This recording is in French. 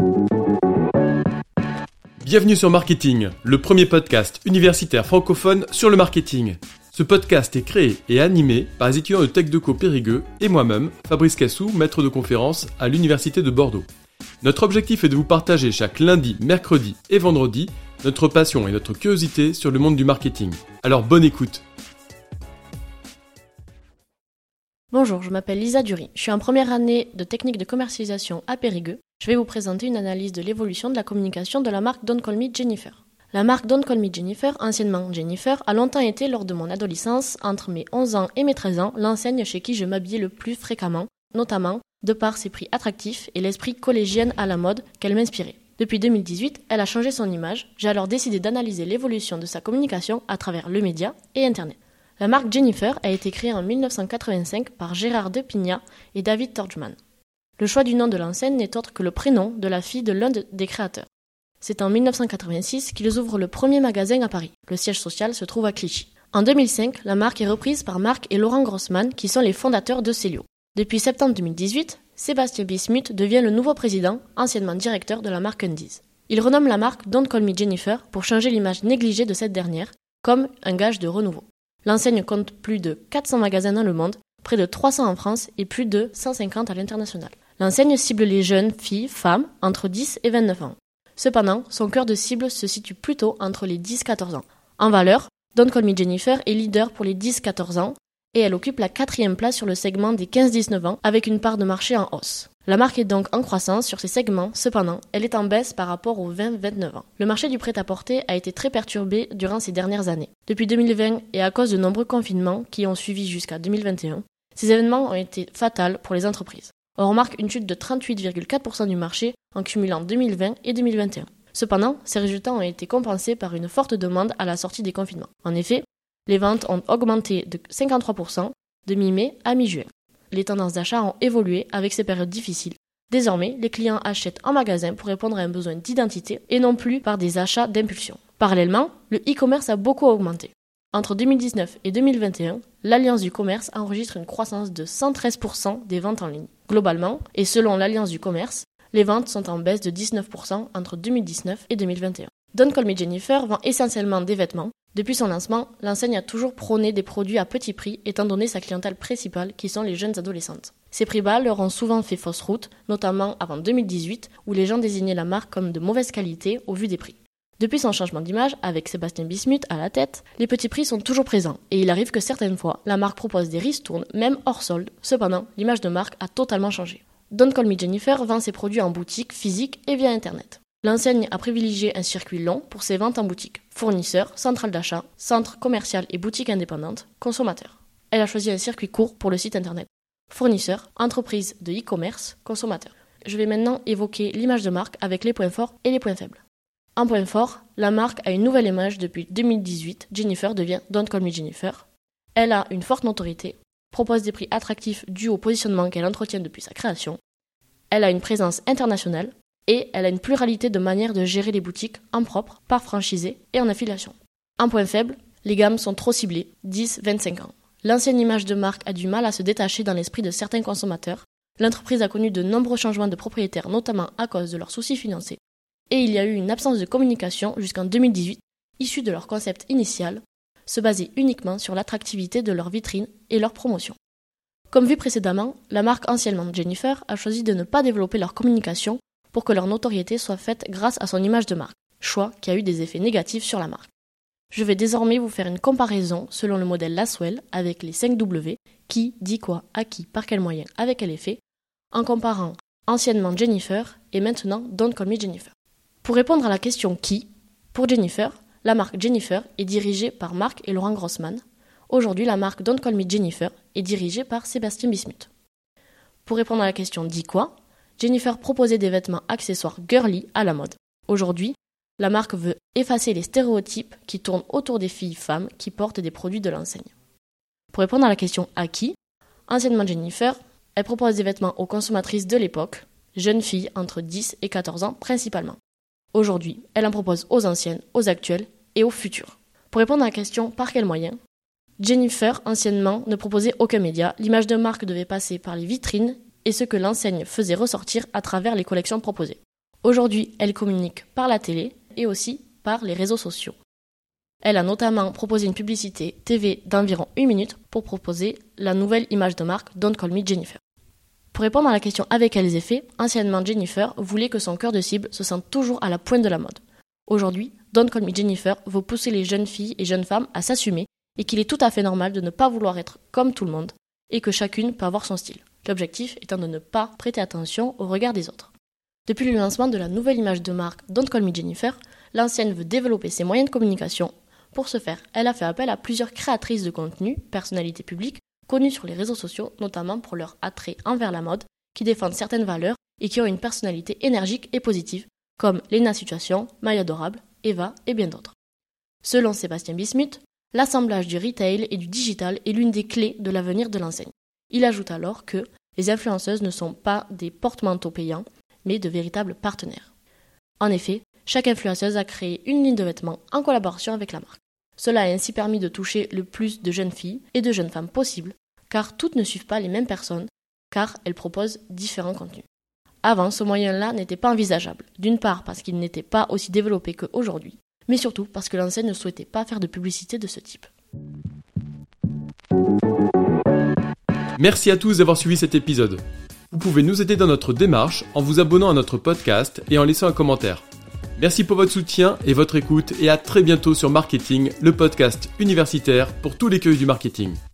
Bienvenue sur Marketing, le premier podcast universitaire francophone sur le marketing. Ce podcast est créé et animé par les étudiants de TechDeco Périgueux et moi-même, Fabrice Cassou, maître de conférence à l'Université de Bordeaux. Notre objectif est de vous partager chaque lundi, mercredi et vendredi notre passion et notre curiosité sur le monde du marketing. Alors bonne écoute. Bonjour, je m'appelle Lisa Dury. Je suis en première année de technique de commercialisation à Périgueux. Je vais vous présenter une analyse de l'évolution de la communication de la marque Don't Call Me Jennifer. La marque Don't Call Me Jennifer, anciennement Jennifer, a longtemps été, lors de mon adolescence, entre mes 11 ans et mes 13 ans, l'enseigne chez qui je m'habillais le plus fréquemment, notamment de par ses prix attractifs et l'esprit collégienne à la mode qu'elle m'inspirait. Depuis 2018, elle a changé son image. J'ai alors décidé d'analyser l'évolution de sa communication à travers le média et Internet. La marque Jennifer a été créée en 1985 par Gérard Depignat et David Torgman. Le choix du nom de l'enseigne n'est autre que le prénom de la fille de l'un des créateurs. C'est en 1986 qu'ils ouvrent le premier magasin à Paris. Le siège social se trouve à Clichy. En 2005, la marque est reprise par Marc et Laurent Grossman, qui sont les fondateurs de Célio. Depuis septembre 2018, Sébastien Bismuth devient le nouveau président, anciennement directeur de la marque Undies. Il renomme la marque Don't Call Me Jennifer pour changer l'image négligée de cette dernière, comme un gage de renouveau. L'enseigne compte plus de 400 magasins dans le monde, près de 300 en France et plus de 150 à l'international. L'enseigne cible les jeunes filles, femmes, entre 10 et 29 ans. Cependant, son cœur de cible se situe plutôt entre les 10-14 ans. En valeur, Don't Call Me Jennifer est leader pour les 10-14 ans et elle occupe la 4e place sur le segment des 15-19 ans avec une part de marché en hausse. La marque est donc en croissance sur ces segments, cependant, elle est en baisse par rapport aux 20-29 ans. Le marché du prêt-à-porter a été très perturbé durant ces dernières années. Depuis 2020 et à cause de nombreux confinements qui ont suivi jusqu'à 2021, ces événements ont été fatals pour les entreprises. On remarque une chute de 38,4% du marché en cumulant 2020 et 2021. Cependant, ces résultats ont été compensés par une forte demande à la sortie des confinements. En effet, les ventes ont augmenté de 53% de mi-mai à mi-juin. Les tendances d'achat ont évolué avec ces périodes difficiles. Désormais, les clients achètent en magasin pour répondre à un besoin d'identité et non plus par des achats d'impulsion. Parallèlement, le e-commerce a beaucoup augmenté. Entre 2019 et 2021, l'Alliance du commerce enregistre une croissance de 113% des ventes en ligne. Globalement, et selon l'Alliance du commerce, les ventes sont en baisse de 19% entre 2019 et 2021. Don't Call Me Jennifer vend essentiellement des vêtements. Depuis son lancement, l'enseigne a toujours prôné des produits à petit prix étant donné sa clientèle principale qui sont les jeunes adolescentes. Ces prix bas leur ont souvent fait fausse route, notamment avant 2018 où les gens désignaient la marque comme de mauvaise qualité au vu des prix. Depuis son changement d'image, avec Sébastien Bismuth à la tête, les petits prix sont toujours présents et il arrive que certaines fois, la marque propose des ristournes, même hors solde. Cependant, l'image de marque a totalement changé. Don't Call Me Jennifer vend ses produits en boutique, physique et via Internet. L'enseigne a privilégié un circuit long pour ses ventes en boutique. Fournisseurs, centrale d'achat, centre commercial et boutique indépendante, consommateurs. Elle a choisi un circuit court pour le site Internet. Fournisseurs, entreprise de e-commerce, consommateurs. Je vais maintenant évoquer l'image de marque avec les points forts et les points faibles. En point fort, la marque a une nouvelle image depuis 2018. Jennifer devient Don't Call Me Jennifer. Elle a une forte notoriété, propose des prix attractifs dus au positionnement qu'elle entretient depuis sa création. Elle a une présence internationale et elle a une pluralité de manières de gérer les boutiques en propre, par franchisé et en affiliation. En point faible, les gammes sont trop ciblées, 10-25 ans. L'ancienne image de marque a du mal à se détacher dans l'esprit de certains consommateurs. L'entreprise a connu de nombreux changements de propriétaires, notamment à cause de leurs soucis financiers. Et il y a eu une absence de communication jusqu'en 2018, issue de leur concept initial, se basait uniquement sur l'attractivité de leur vitrine et leur promotion. Comme vu précédemment, la marque anciennement Jennifer a choisi de ne pas développer leur communication pour que leur notoriété soit faite grâce à son image de marque, choix qui a eu des effets négatifs sur la marque. Je vais désormais vous faire une comparaison selon le modèle Laswell avec les 5 W, qui, dit quoi, à qui, par quel moyen, avec quel effet, en comparant anciennement Jennifer et maintenant Don't Call Me Jennifer. Pour répondre à la question qui, pour Jennifer, la marque Jennifer est dirigée par Marc et Laurent Grossman. Aujourd'hui, la marque Don't Call Me Jennifer est dirigée par Sébastien Bismuth. Pour répondre à la question dit quoi, Jennifer proposait des vêtements accessoires girly à la mode. Aujourd'hui, la marque veut effacer les stéréotypes qui tournent autour des filles-femmes qui portent des produits de l'enseigne. Pour répondre à la question à qui, anciennement Jennifer, elle propose des vêtements aux consommatrices de l'époque, jeunes filles entre 10 et 14 ans principalement. Aujourd'hui, elle en propose aux anciennes, aux actuelles et aux futures. Pour répondre à la question par quel moyen, Jennifer, anciennement, ne proposait aucun média. L'image de marque devait passer par les vitrines et ce que l'enseigne faisait ressortir à travers les collections proposées. Aujourd'hui, elle communique par la télé et aussi par les réseaux sociaux. Elle a notamment proposé une publicité TV d'environ 1 minute pour proposer la nouvelle image de marque Don't Call Me Jennifer. Pour répondre à la question avec quels effets, anciennement Jennifer voulait que son cœur de cible se sente toujours à la pointe de la mode. Aujourd'hui, Don't Call Me Jennifer veut pousser les jeunes filles et jeunes femmes à s'assumer et qu'il est tout à fait normal de ne pas vouloir être comme tout le monde et que chacune peut avoir son style. L'objectif étant de ne pas prêter attention au regard des autres. Depuis le lancement de la nouvelle image de marque Don't Call Me Jennifer, l'ancienne veut développer ses moyens de communication. Pour ce faire, elle a fait appel à plusieurs créatrices de contenu, personnalités publiques, connues sur les réseaux sociaux, notamment pour leur attrait envers la mode, qui défendent certaines valeurs et qui ont une personnalité énergique et positive, comme Lena Situation, Maya Adorable, Eva et bien d'autres. Selon Sébastien Bismuth, l'assemblage du retail et du digital est l'une des clés de l'avenir de l'enseigne. Il ajoute alors que les influenceuses ne sont pas des porte-manteaux payants, mais de véritables partenaires. En effet, chaque influenceuse a créé une ligne de vêtements en collaboration avec la marque. Cela a ainsi permis de toucher le plus de jeunes filles et de jeunes femmes possible, car toutes ne suivent pas les mêmes personnes, car elles proposent différents contenus. Avant, ce moyen-là n'était pas envisageable, d'une part parce qu'il n'était pas aussi développé qu'aujourd'hui, mais surtout parce que l'enseigne ne souhaitait pas faire de publicité de ce type. Merci à tous d'avoir suivi cet épisode. Vous pouvez nous aider dans notre démarche en vous abonnant à notre podcast et en laissant un commentaire. Merci pour votre soutien et votre écoute et à très bientôt sur Marketing, le podcast universitaire pour tous les curieux du marketing.